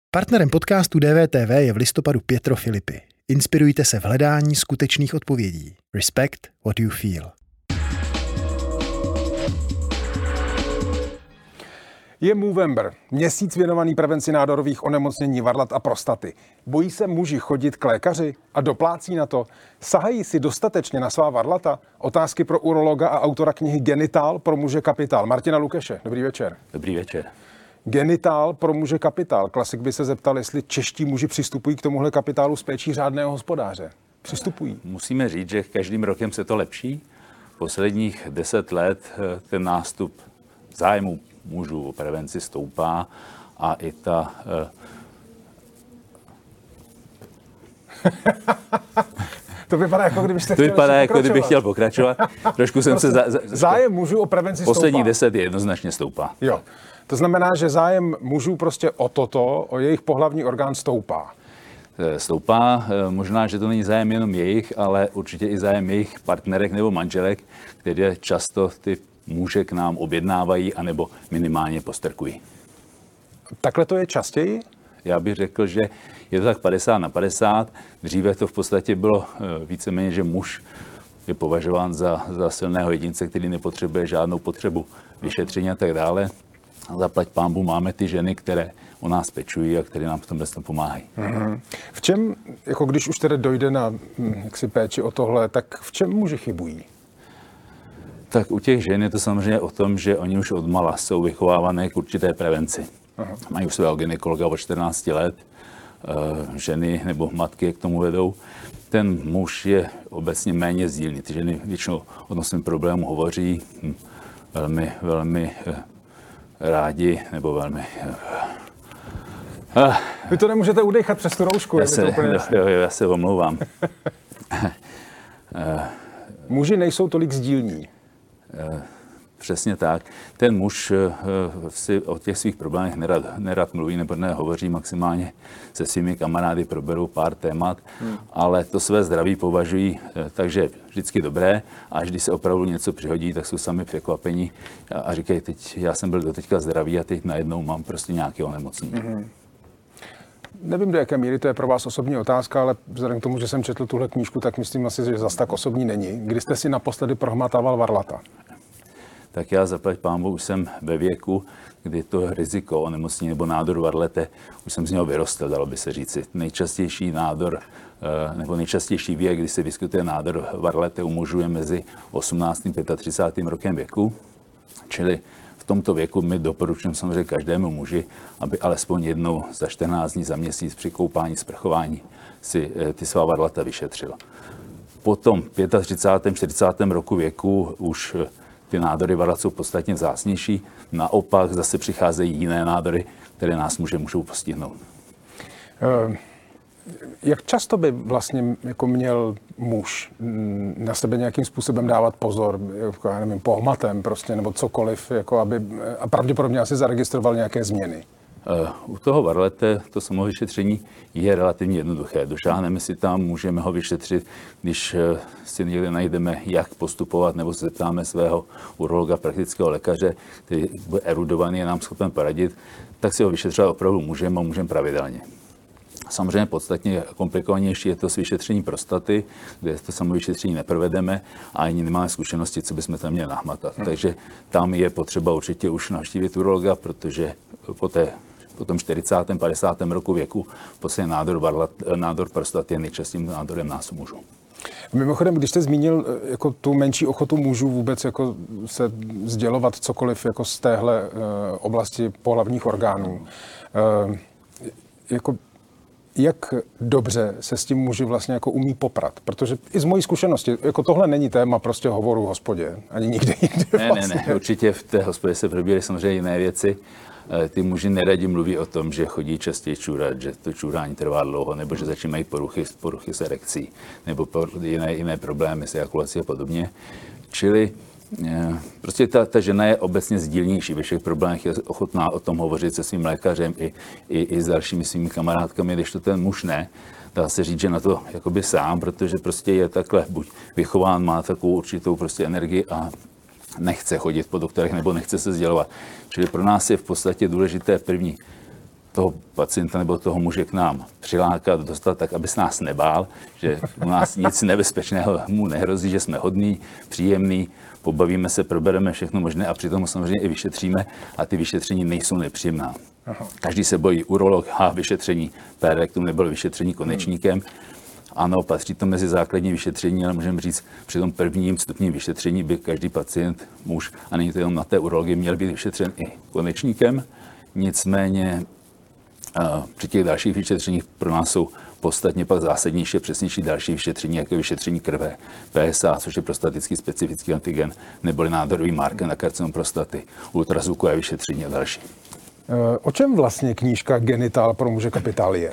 Partnerem podcastu DVTV je v listopadu Pietro Filippi. Inspirujte se v hledání skutečných odpovědí. Respect what you feel. Je Movember, měsíc věnovaný prevenci nádorových onemocnění varlat a prostaty. Bojí se muži chodit k lékaři a doplácí na to? Sahají si dostatečně na svá varlata? Otázky pro urologa a autora knihy Genitál pro muže kapitál. Martina Lukeše, dobrý večer. Dobrý večer. Genitál pro muže kapitál. Klasik by se zeptal, jestli čeští muži přistupují k tomuhle kapitálu s péčí řádného hospodáře. Přistupují. Musíme říct, že každým rokem se to lepší. Posledních 10 let ten nástup zájmu mužů o prevenci stoupá a i ta... To vypadá, jako kdybyste kdybych chtěl pokračovat. Trošku jsem se... Zájem mužů o prevenci stoupá. Posledních 10 jednoznačně stoupá. Jo. To znamená, že zájem mužů prostě o toto, o jejich pohlavní orgán stoupá. Stoupá, možná, že to není zájem jenom jejich, ale určitě i zájem jejich partnerek nebo manželek, které často ty muže k nám objednávají anebo minimálně postrkují. Takhle to je častěji? Já bych řekl, že je to tak 50/50. Dříve to v podstatě bylo víceméně, že muž je považován za silného jedince, který nepotřebuje žádnou potřebu vyšetření a tak dále. Zaplať pánbu máme ty ženy, které o nás pečují a které nám v tomhle pomáhají. Mm-hmm. V čem, jako když už tedy dojde na péči o tohle, tak v čem muži chybují? Tak u těch žen je to samozřejmě o tom, že oni už odmala jsou vychovávané k určité prevenci. Aha. Mají už svého gynekologa od 14 let, ženy nebo matky je k tomu vedou. Ten muž je obecně méně sdílný. Ty ženy většinou o tom svém problému hovoří velmi rádi, nebo velmi... Vy to nemůžete udechat přes tu roušku. Já se omlouvám. Muži nejsou tolik sdílní. Přesně tak. Ten muž si o těch svých problémech nerad mluví nebo nehovoří, maximálně se svými kamarády proberou pár témat, ale to své zdraví považují takže vždycky dobré a až když se opravdu něco přihodí, tak jsou sami překvapení a říkají, teď já jsem byl doteďka zdravý a teď najednou mám prostě nějaké onemocnění. Mm-hmm. Nevím, do jaké míry to je pro vás osobní otázka, ale vzhledem k tomu, že jsem četl tuhle knížku, tak myslím asi, že zas tak osobní není. Kdy jste si naposledy prohmatával varlata? Tak já zaplať pánbu už jsem ve věku, kdy to riziko onemocnění nebo nádoru varlete, už jsem z něho vyrostl, dalo by se říci. Nejčastější nádor, nebo nejčastější věk, kdy se vyskytuje nádor varlete u mužů je mezi 18. a 35. rokem věku. Čili v tomto věku my doporučujeme samozřejmě každému muži, aby alespoň jednou za 14 dní za měsíc při koupání, sprchování si ty svá varlata vyšetřil. Potom 35. 40. roku věku už ty nádory varlat jsou podstatně vzácnější. Naopak zase přicházejí jiné nádory, které nás můžou postihnout. Jak často by vlastně jako měl muž na sebe nějakým způsobem dávat pozor, jako, já nevím, pohmatem prostě, nebo cokoliv, jako aby, a pravděpodobně asi zaregistroval nějaké změny? U toho varlete to samovyšetření je relativně jednoduché. Došáhneme si tam, můžeme ho vyšetřit, když si někde najdeme, jak postupovat, nebo se zeptáme svého urologa, praktického lékaře, který bude erudovaný, je nám schopen poradit, tak si ho vyšetřovat opravdu můžeme a můžeme pravidelně. Samozřejmě podstatně komplikovanější je to s vyšetřením prostaty, kde to samovyšetření neprovedeme a ani nemáme zkušenosti, co bychom tam měli nahmatat. Takže tam je potřeba určitě už navštívit urologa, protože po tom 40. 50. roku věku v podstatě nádor prostaty je nejčastým nádorem nás mužů. Mimochodem, když jste zmínil jako tu menší ochotu mužů vůbec jako se sdělovat cokoliv jako z téhle oblasti pohlavních orgánů, jako jak dobře se s tím muži vlastně jako umí poprat? Protože i z mojí zkušenosti, jako tohle není téma prostě hovoru v hospodě, ani nikde jinde. Ne, určitě v té hospodě se probírají samozřejmě jiné věci. Ty muži neradi mluví o tom, že chodí častěji čůrat, že to čůrání trvá dlouho, nebo že začínají poruchy s erekcí, nebo jiné problémy s ejakulací a podobně. Čili prostě ta žena je obecně sdílnější ve všech problémech, je ochotná o tom hovořit se svým lékařem i s dalšími svými kamarádkami, když to ten muž ne. Dá se říct, že na to jakoby sám, protože prostě je takhle buď vychován, má takovou určitou prostě energii a nechce chodit po doktorech nebo nechce se sdělovat. Čili pro nás je v podstatě důležité první toho pacienta nebo toho muže k nám přilákat, dostat tak, aby se nás nebál, že u nás nic nebezpečného mu nehrozí, že jsme hodný, příjemný, pobavíme se, probereme všechno možné a přitom samozřejmě i vyšetříme a ty vyšetření nejsou nepříjemná. Aha. Každý se bojí urolog, vyšetření perektum nebo vyšetření konečníkem. Ano, patří to mezi základní vyšetření, ale můžeme říct, při tom prvním stupni vyšetření by každý pacient, muž, a není to jenom na té urologii, měl být vyšetřen i konečníkem. Nicméně při těch dalších vyšetřeních pro nás jsou podstatně pak zásadnější a přesnější další vyšetření, jako vyšetření krve, PSA, což je prostatický specifický antigen, neboli nádorový marker na karcinom prostaty, ultrazvukové vyšetření a další. O čem vlastně knížka Genital pro muže kapitál je?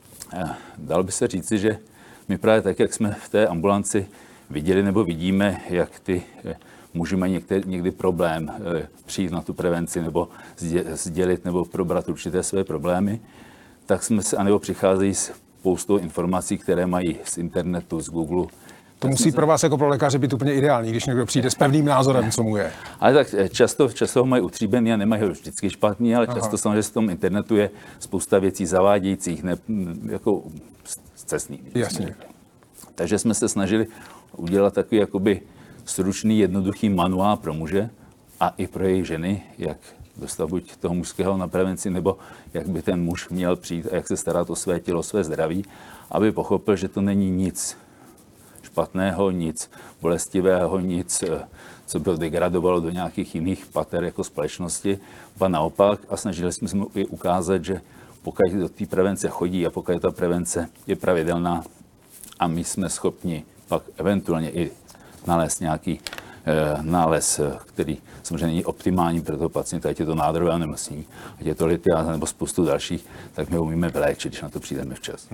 Dalo by se říci, že my právě tak, jak jsme v té ambulanci viděli nebo vidíme, jak ty muži mají někdy problém přijít na tu prevenci nebo sdělit nebo probrat určité své problémy, tak jsme se, anebo přicházejí s spoustou informací, které mají z internetu, z Google. To musí pro vás jako pro lékaře být úplně ideální, když někdo přijde s pevným názorem, co mu je. Ale tak často ho mají utříbený a nemají ho vždycky špatný, ale často samozřejmě v tom internetu je spousta věcí zavádějících, jako scestných. Jasně. Takže jsme se snažili udělat takový jakoby stručný, jednoduchý manuál pro muže a i pro jejich ženy, jak dostat buď toho mužského na prevenci, nebo jak by ten muž měl přijít a jak se starat o své tělo, své zdraví, aby pochopil, že to není nic špatného, nic bolestivého, nic, co by ho degradovalo do nějakých jiných pater jako společnosti, ba naopak, a snažili jsme se mu i ukázat, že pokud do té prevence chodí a pokud ta prevence je pravidelná a my jsme schopni pak eventuálně i nalézt nějaký nález, který samozřejmě není optimální pro toho pacienta, ať je to nádorové onemocnění, ať je to litiáza nebo spoustu dalších, tak my ho umíme vyléčit, když na to přijdeme včas.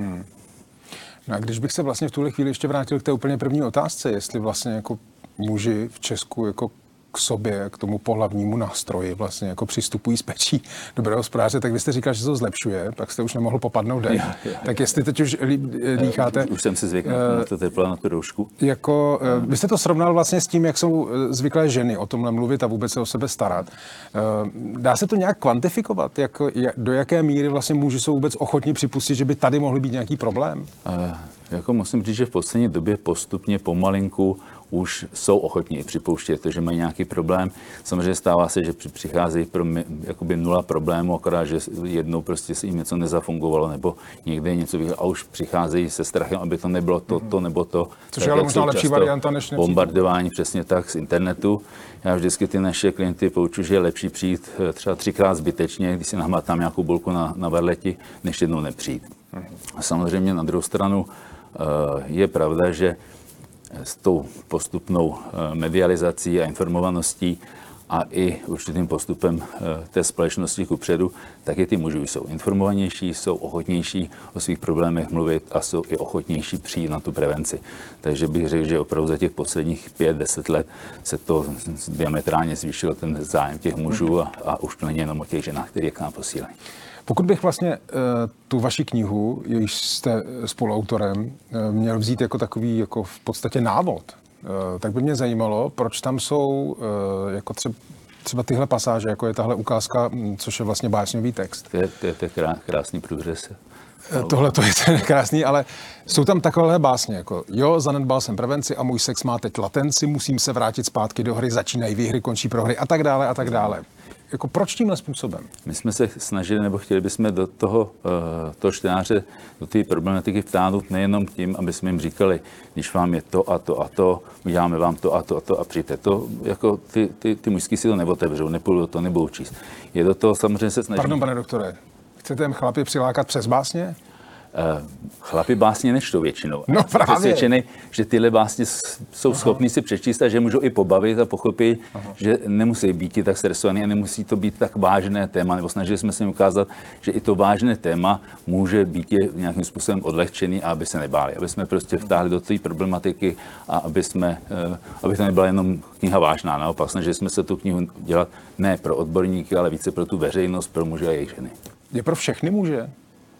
No a když bych se vlastně v tuhle chvíli ještě vrátil k té úplně první otázce, jestli vlastně jako muži v Česku jako k sobě, k tomu pohlavnímu nástroji vlastně jako přistupují s péčí dobrého hospodáře, tak vy jste říkal, že se to zlepšuje, tak jste už nemohl popadnout den. Tak jestli teď už dýcháte... Už jsem si zvykl na to teplo, na tu roušku. Jako, vy jste to srovnal vlastně s tím, jak jsou zvyklé ženy o tomhle mluvit a vůbec se o sebe starat. Dá se to nějak kvantifikovat? Do jaké míry vlastně muži jsou vůbec ochotní připustit, že by tady mohly být nějaký problém? Jako musím říct, že v poslední době postupně pomalinku už jsou ochotní připouštět to, že mají nějaký problém. Samozřejmě stává se, že přicházejí pro jakoby nula problémů, akorát, že jednou prostě se jim něco nezafungovalo, nebo někde něco a už přicházejí se strachem, aby to nebylo to nebo to. Což je ale možná lepší varianta, než bombardování přesně tak z internetu. Já vždycky ty naše klienty poučuji, že je lepší přijít třeba 3krát zbytečně, když si nahmatám nějakou bulku na varleti, než jednou nepřijít. A samozřejmě na druhou stranu je pravda, že s tou postupnou medializací a informovaností a i určitým postupem té společnosti kupředu, tak i ty muži jsou informovanější, jsou ochotnější o svých problémech mluvit a jsou i ochotnější přijít na tu prevenci. Takže bych řekl, že opravdu za těch posledních 5-10 let se to diametrálně zvýšilo ten zájem těch mužů a už to není jenom o těch ženách, které k nám posílají. Pokud bych vlastně tu vaši knihu, jejíž jste spoluautorem, měl vzít jako takový jako v podstatě návod, tak by mě zajímalo, proč tam jsou jako třeba tyhle pasáže, jako je tahle ukázka, což je vlastně básňový text. To je krásný průřez. Tohle to je ten krásný, ale jsou tam takovéhle básně, jako jo, zanedbal jsem prevenci a můj sex má teď latenci, musím se vrátit zpátky do hry, začínají výhry, končí prohry a tak dále a tak dále. Jako proč tímhle způsobem? My jsme se snažili, nebo chtěli bychom do toho čtenáře, do té problematiky vtáhnout nejenom tím, aby jsme jim říkali, když vám je to a to a to, uděláme vám to a to a to a přijďte. To, jako ty mužský si to neotevřou, nepůjdu to, nebudou číst. Je do toho samozřejmě se snaží. Pardon, pane doktore, chcete jen chlapy přilákat přes básně? Chlapi básně nečtou většinou. No právě. Přesvědčený, že tyhle básně jsou schopní si přečíst a že můžou i pobavit a pochopit, že nemusí být tak stresovaný a nemusí to být tak vážné téma, nebo snažili jsme se jim ukázat, že i to vážné téma může být nějakým způsobem odlehčený a aby se nebáli, aby jsme prostě vtáhli do té problematiky a aby to nebyla jenom kniha vážná. Naopak snažili jsme se tu knihu dělat ne pro odborníky, ale více pro tu veřejnost, pro muže a jejich ženy. Je pro všechny muže?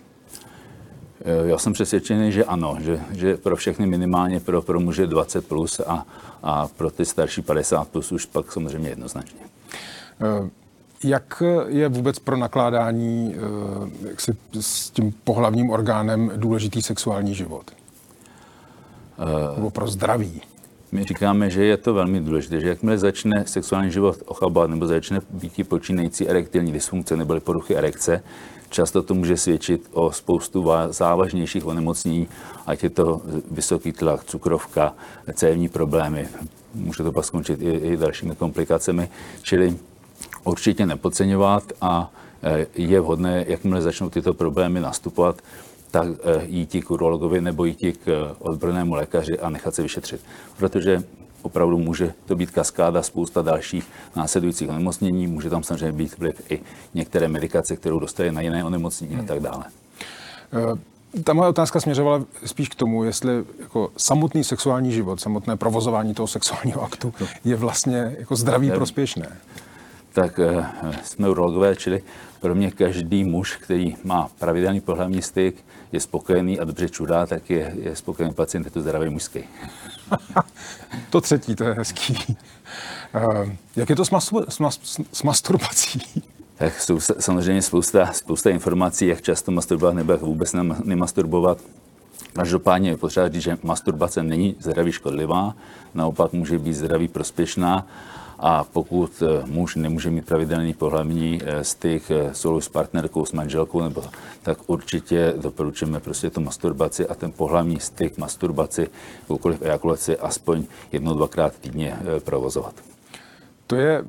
Já jsem přesvědčený, že ano, že pro všechny minimálně pro muže 20+ a pro ty starší 50+ už pak samozřejmě jednoznačně. Jak je vůbec pro nakládání s tím pohlavním orgánem důležitý sexuální život? Nebo pro zdraví? My říkáme, že je to velmi důležité, že jakmile začne sexuální život ochabat nebo začne být počínající erektilní dysfunkce nebo poruchy erekce, často to může svědčit o spoustu závažnějších onemocnění, ať je to vysoký tlak, cukrovka, cévní problémy, může to pak skončit i dalšími komplikacemi, čili určitě nepodceňovat a je vhodné, jakmile začnou tyto problémy nastupovat, tak jít k urologovi nebo jít k odbornému lékaři a nechat se vyšetřit. Protože opravdu může to být kaskáda, spousta dalších následujících onemocnění, může tam samozřejmě být vliv i některé medikace, kterou dostají na jiné onemocnění a tak dále. Ta moje otázka směřovala spíš k tomu, jestli jako samotný sexuální život, samotné provozování toho sexuálního aktu je vlastně jako zdraví prospěšné. Tak jsme urologové, čili pro mě každý muž, který má pravidelný pohlavní styk, je spokojený a dobře čudá, tak je spokojený pacient, je to zdravý mužský. To třetí, to je hezký. Jak je to s masturbací? Tak jsou samozřejmě spousta informací, jak často masturbovat nebo jak vůbec nemasturbovat. Každopádně je potřeba říct, že masturbace není zdraví škodlivá, naopak může být zdraví prospěšná. A pokud muž nemůže mít pravidelný pohlavní styk s partnerkou, s manželkou, tak určitě doporučujeme prostě tu masturbaci a ten pohlavní styk, masturbaci, jakoukoliv ejakulaci aspoň 1-2krát týdně provozovat. To je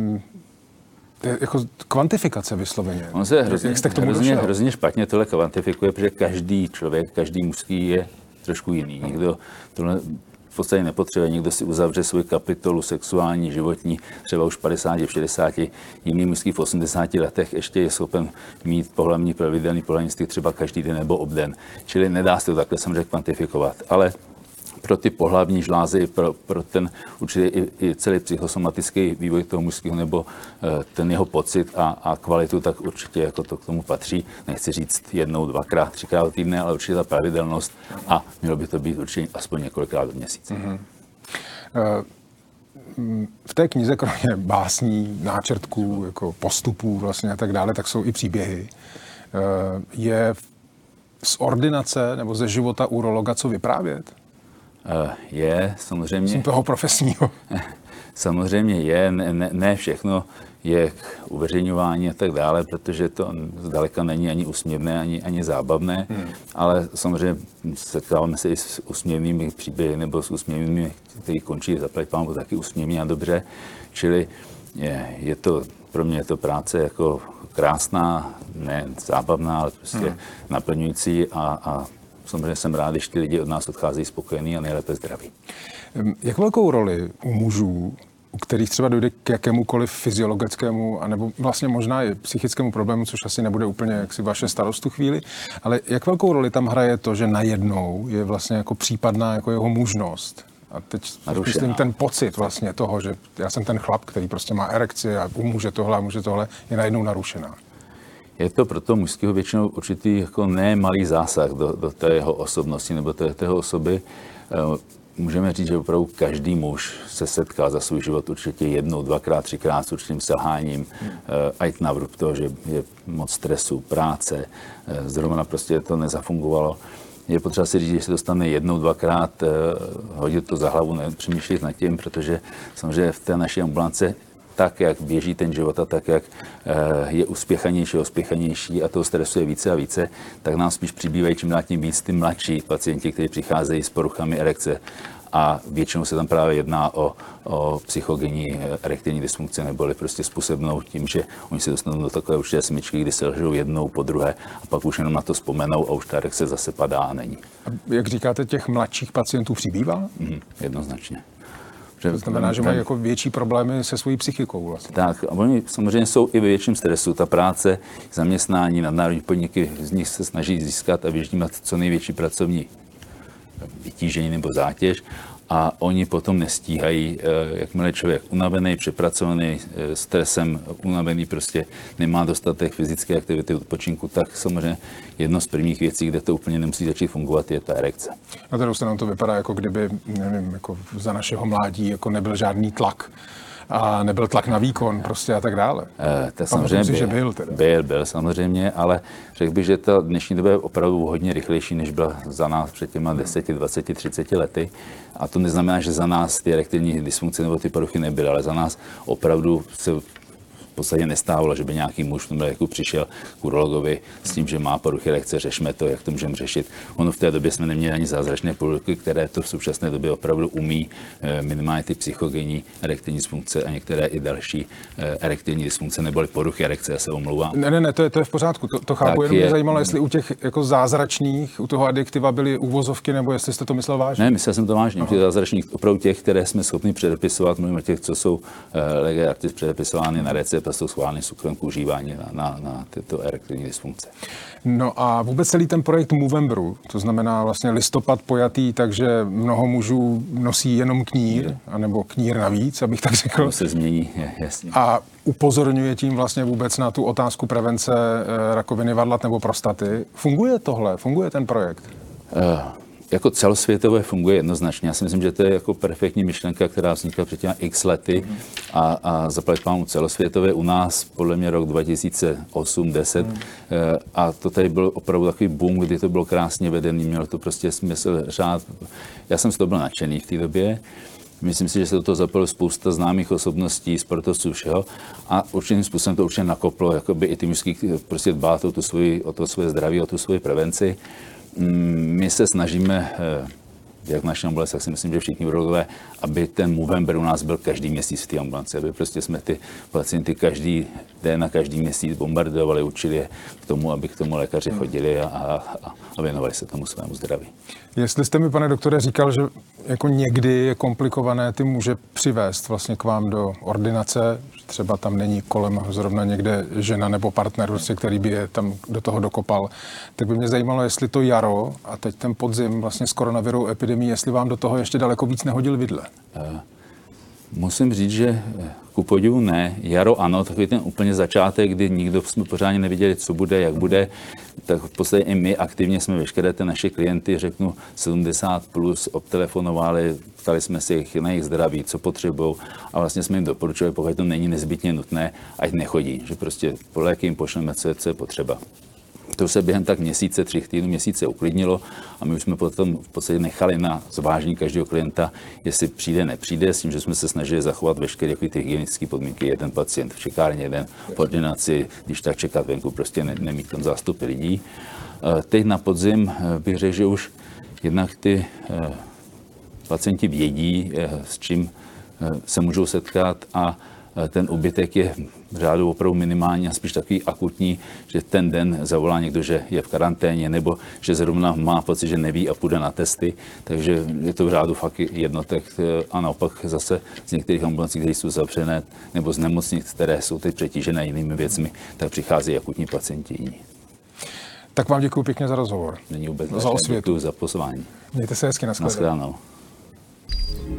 jako kvantifikace vysloveně. On se hrozně špatně tohle kvantifikuje, protože každý člověk, každý mužský je trošku jiný. Někdo tohle v podstatě nepotřebuje. Někdo si uzavře svou kapitolu sexuální, životní, třeba už 50, 60, jiný mužský v 80 letech ještě je schopen mít pravidelný pohlavní styk třeba každý den nebo obden. Čili nedá se to takhle samozřejmě kvantifikovat. Ale pro ty pohlavní žlázy, pro ten určitě i celý psychosomatický vývoj toho mužského nebo ten jeho pocit a kvalitu, tak určitě jako to k tomu patří. Nechci říct 1-2krát, 3krát týdne, ale určitě ta pravidelnost a mělo by to být určitě aspoň několikrát do měsíce. Mm-hmm. V té knize, kromě básní, náčrtků, jako postupů vlastně a tak dále, tak jsou i příběhy. Je z ordinace nebo ze života urologa co vyprávět? Je, samozřejmě. Jsem toho profesního. Samozřejmě je, ne všechno je k uveřejňování a tak dále, protože to zdaleka není ani úsměvné, ani zábavné, ale samozřejmě setkáváme se i s úsměvnými příběhy nebo s úsměvnými, který končí zaplať pánbůh taky úsměvně a dobře, čili pro mě je to práce jako krásná, ne zábavná, ale prostě naplňující a samozřejmě jsem rád, když ty lidi od nás odcházejí spokojení a nejlépe zdraví. Jak velkou roli u mužů, u kterých třeba dojde k jakémukoliv fyziologickému, anebo vlastně možná i psychickému problému, což asi nebude úplně jaksi vaše starost tu chvíli, ale jak velkou roli tam hraje to, že najednou je vlastně jako případná jako jeho mužnost? A teď myslím ten pocit vlastně toho, že já jsem ten chlap, který prostě má erekci a může tohle, je najednou narušená. Je to pro toho mužského většinou určitý jako nemalý zásah do té jeho osobnosti nebo té jeho osoby. Můžeme říct, že opravdu každý muž se setká za svůj život určitě 1-2krát, 3krát s určitým selháním, ať na vrub toho, že je moc stresu, práce, zrovna prostě to nezafungovalo. Je potřeba si říct, že se dostane 1-2krát, hodit to za hlavu, nepřemýšlet nad tím, protože samozřejmě v té naší ambulance tak, jak běží ten život a tak, jak je uspěchanější a toho stresu je více a více, tak nám spíš přibývají čím dál tím víc ty mladší pacienti, kteří přicházejí s poruchami erekce a většinou se tam právě jedná o psychogenní erektilní dysfunkci neboli prostě způsobnou tím, že oni se dostanou do takové určité smyčky, kdy se lžou jednou po druhé a pak už jenom na to vzpomenou a už ta erekce zase padá a není. A jak říkáte, těch mladších pacientů přibývá? Jednoznačně. To znamená, že mají jako větší problémy se svojí psychikou vlastně. Tak, a oni samozřejmě jsou i ve větším stresu. Ta práce, zaměstnání, nadnárodní podniky, z nich se snaží získat a vyždímat co největší pracovní vytížení nebo zátěž a oni potom nestíhají, jakmile člověk unavený, přepracovaný, stresem unavený, prostě nemá dostatek fyzické aktivity odpočinku, tak samozřejmě jedno z prvních věcí, kde to úplně nemusí začít fungovat, je ta erekce. Na druhou stranu to vypadá, jako kdyby, nevím, jako za našeho mládí jako nebyl žádný tlak a nebyl tlak na výkon prostě a tak dále. To samozřejmě že byl samozřejmě, ale řekl bych, že ta dnešní doba je opravdu hodně rychlejší, než byla za nás před těma 10, 20, 30 lety. A to neznamená, že za nás ty erektilní dysfunkce nebo ty poruchy nebyly, ale za nás opravdu se v podstatě nestávalo, že by nějaký muž v tom léku přišel k urologovi s tím, že má poruchy erekce, řešme to, jak to můžeme řešit. Ono v té době jsme neměli ani zázračné poruchy, které to v současné době opravdu umí, minimálně ty psychogenní erektilní dysfunkce a některé i další erektilní dysfunkce neboli poruchy erekce, já se omlouvám. Ne, to je v pořádku, to chápu, jenom mě zajímalo, jestli u těch jako zázračných, u toho adiktiva byly úvozovky, nebo jestli jste to myslel vážně. Ne, myslel jsem to vážně, těch zázračných, opravdu těch, které jsme schopni předepisovat, mluvíme o těch, co jsou lege artis předepisovány na recept, a jsou schváleny cukrem k užívání na tyto erektilní dysfunkce. No a vůbec celý ten projekt Movemberu, to znamená vlastně listopad pojatý, takže mnoho mužů nosí jenom knír, anebo knír navíc, abych tak řekl. To se změní, jasně. A upozorňuje tím vlastně vůbec na tu otázku prevence rakoviny varlat nebo prostaty. Funguje tohle? Funguje ten projekt? Jako celosvětové funguje jednoznačně. Já si myslím, že to je jako perfektní myšlenka, která vznikla před těmi x lety a zaplať pánu celosvětové u nás podle mě rok 2008-10 a to tady byl opravdu takový boom, kdy to bylo krásně vedený, mělo to prostě smysl řád. Já jsem z toho byl nadšený v té době. Myslím si, že se do toho zapojilo spousta známých osobností, sportovců, všeho a určitým způsobem to určitě nakoplo, jakoby i ty mužský prostě dbát o to svoje zdraví, o tu svoji prevenci. My se snažíme, jak v naší ambulanci, tak si myslím, že všichni urologové, aby ten Movember u nás byl každý měsíc v té ambulanci, aby prostě jsme ty pacienty každý den a každý měsíc bombardovali, učili je k tomu, aby k tomu lékaři chodili a věnovali se tomu svému zdraví. Jestli jste mi, pane doktore, říkal, že jako někdy je komplikované ty může přivést vlastně k vám do ordinace, třeba tam není kolem zrovna někde žena nebo partner, který by je tam do toho dokopal, tak by mě zajímalo, jestli to jaro a teď ten podzim vlastně s koronavirovou epidemií, jestli vám do toho ještě daleko víc nehodil vidle. Musím říct, že ku podivu ne. Jaro ano, takový ten úplně začátek, kdy nikdo jsme pořádně nevěděli, co bude, jak bude, tak v podstatě i my aktivně jsme veškeré ty naše klienty, řeknu 70+, obtelefonovali, ptali jsme se jich na jejich zdraví, co potřebují a vlastně jsme jim doporučovali, pokud to není nezbytně nutné, ať nechodí, že prostě po léky jim pošleme, co je potřeba. To se během tak měsíce, 3 týdnů, měsíce uklidnilo a my už jsme potom v podstatě nechali na zvážení každého klienta, jestli přijde, nepřijde, s tím, že jsme se snažili zachovat veškeré ty hygienické podmínky. Jeden pacient v čekárně, jeden v ordinaci, když tak čekat venku, prostě nemít tam zástupy lidí. Teď na podzim bych řekl, že už jednak ty pacienti vědí, s čím se můžou setkat a ten úbytek je v řádu opravdu minimální a spíš takový akutní, že ten den zavolá někdo, že je v karanténě nebo že zrovna má pocit, že neví a půjde na testy, takže je to v řádu fakt jednotek a naopak zase z některých ambulancí, které jsou zavřené nebo z nemocnic, které jsou teď přetížené jinými věcmi, tak přichází akutní pacienti jiní. Tak vám děkuji pěkně za rozhovor. Není vůbec za osvětu. Za pozvání. Mějte se hezky, nashledanou.